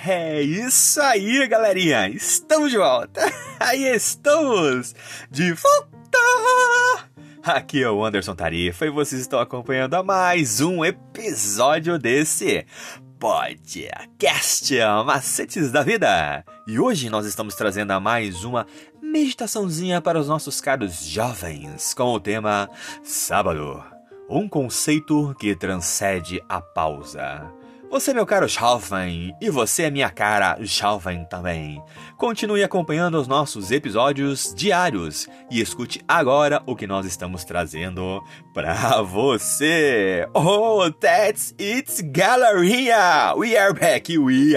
É isso aí, galerinha! Estamos de volta! Aí estamos de volta! Aqui é o Anderson Tarifa e vocês estão acompanhando a mais um episódio desse podcast Macetes da Vida. E hoje nós estamos trazendo a mais uma meditaçãozinha para os nossos caros jovens com o tema Sábado, um conceito que transcende a pausa. Você, meu caro jovem, e você, minha cara jovem também. Continue acompanhando os nossos episódios diários e escute agora o que nós estamos trazendo pra você. Oh, that's it, galerinha! We are back!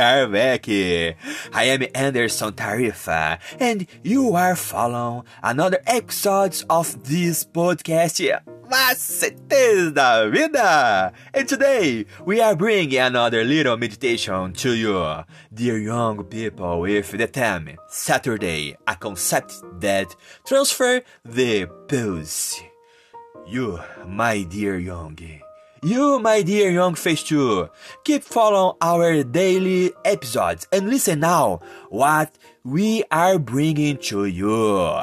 I am Anderson Tarifa, and you are following another episode of this podcast, Macetes da Vida! And today, we are bringing another little meditation to you, dear young people, with the theme Saturday, a concept that transfer the pulse. You, my dear young face too, keep following our daily episodes and listen now what we are bringing to you.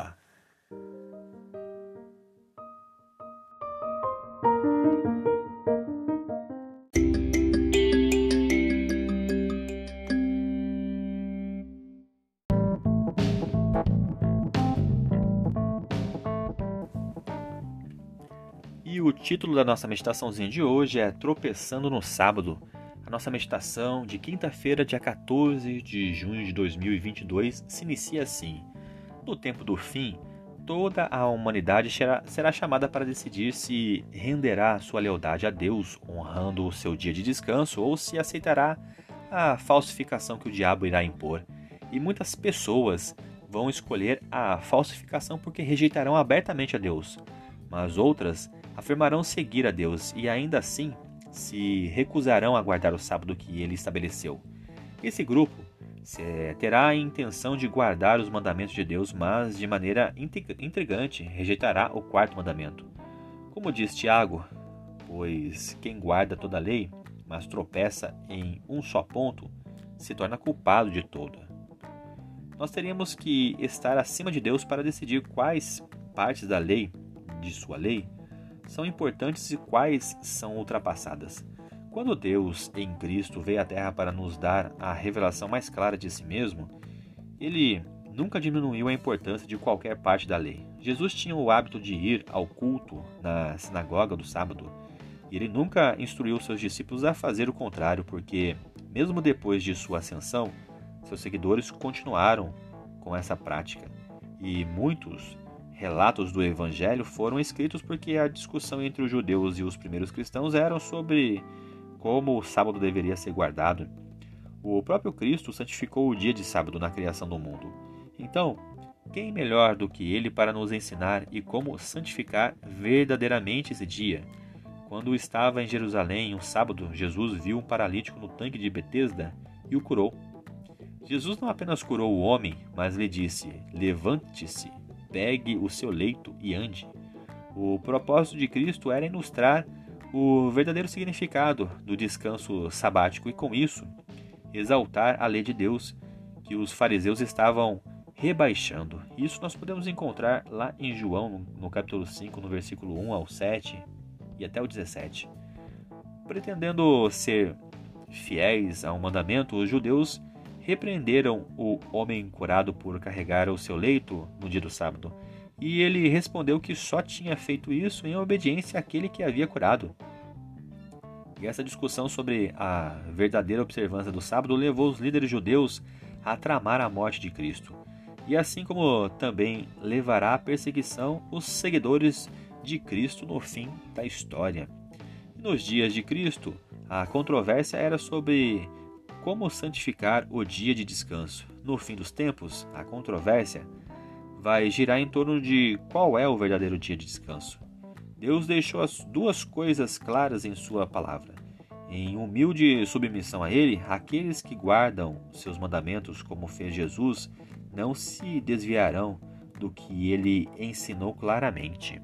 E o título da nossa meditaçãozinha de hoje é Tropeçando no Sábado. A nossa meditação de quinta-feira, dia 14 de junho de 2022, se inicia assim. No tempo do fim, toda a humanidade será chamada para decidir se renderá sua lealdade a Deus, honrando o seu dia de descanso, ou se aceitará a falsificação que o diabo irá impor. E muitas pessoas vão escolher a falsificação porque rejeitarão abertamente a Deus, mas outras afirmarão seguir a Deus e ainda assim se recusarão a guardar o sábado que ele estabeleceu. Esse grupo terá a intenção de guardar os mandamentos de Deus, mas de maneira intrigante rejeitará o quarto mandamento. Como diz Tiago, pois quem guarda toda a lei, mas tropeça em um só ponto, se torna culpado de toda. Nós teríamos que estar acima de Deus para decidir quais partes da lei, de sua lei, são importantes e quais são ultrapassadas. Quando Deus, em Cristo, veio à Terra para nos dar a revelação mais clara de si mesmo, Ele nunca diminuiu a importância de qualquer parte da lei. Jesus tinha o hábito de ir ao culto na sinagoga do sábado, e Ele nunca instruiu seus discípulos a fazer o contrário, porque, mesmo depois de sua ascensão, seus seguidores continuaram com essa prática, e muitos relatos do Evangelho foram escritos porque a discussão entre os judeus e os primeiros cristãos era sobre como o sábado deveria ser guardado. O próprio Cristo santificou o dia de sábado na criação do mundo. Então, quem melhor do que ele para nos ensinar e como santificar verdadeiramente esse dia? Quando estava em Jerusalém, um sábado, Jesus viu um paralítico no tanque de Betesda e o curou. Jesus não apenas curou o homem, mas lhe disse: levante-se, pegue o seu leito e ande. O propósito de Cristo era ilustrar o verdadeiro significado do descanso sabático e, com isso, exaltar a lei de Deus que os fariseus estavam rebaixando. Isso nós podemos encontrar lá em João, no capítulo 5, no versículo 1 ao 7 e até o 17. Pretendendo ser fiéis ao mandamento, os judeus repreenderam o homem curado por carregar o seu leito no dia do sábado, e ele respondeu que só tinha feito isso em obediência àquele que havia curado. E essa discussão sobre a verdadeira observância do sábado levou os líderes judeus a tramar a morte de Cristo, e assim como também levará à perseguição os seguidores de Cristo no fim da história. E nos dias de Cristo, a controvérsia era sobre como santificar o dia de descanso. No fim dos tempos, a controvérsia vai girar em torno de qual é o verdadeiro dia de descanso. Deus deixou as duas coisas claras em sua palavra. Em humilde submissão a Ele, aqueles que guardam seus mandamentos, como fez Jesus, não se desviarão do que Ele ensinou claramente.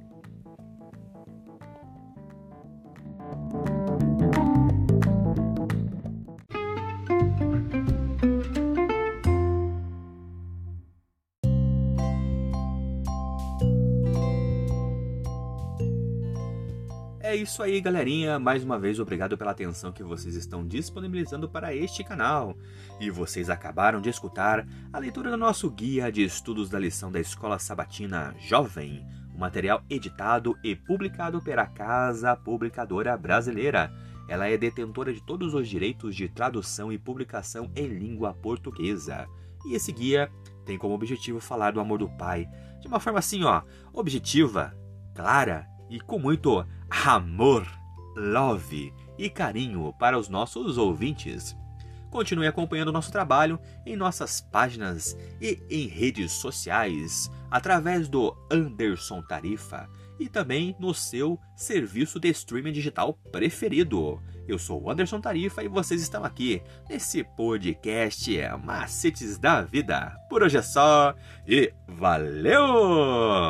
É isso aí, galerinha. Mais uma vez, obrigado pela atenção que vocês estão disponibilizando para este canal. E vocês acabaram de escutar a leitura do nosso guia de estudos da lição da Escola Sabatina Jovem, um material editado e publicado pela Casa Publicadora Brasileira. Ela é detentora de todos os direitos de tradução e publicação em língua portuguesa. E esse guia tem como objetivo falar do amor do Pai de uma forma assim, objetiva, clara e com muito amor, love e carinho para os nossos ouvintes. Continue acompanhando nosso trabalho em nossas páginas e em redes sociais, através do Anderson Tarifa e também no seu serviço de streaming digital preferido. Eu sou o Anderson Tarifa e vocês estão aqui nesse podcast Macetes da Vida. Por hoje é só e valeu!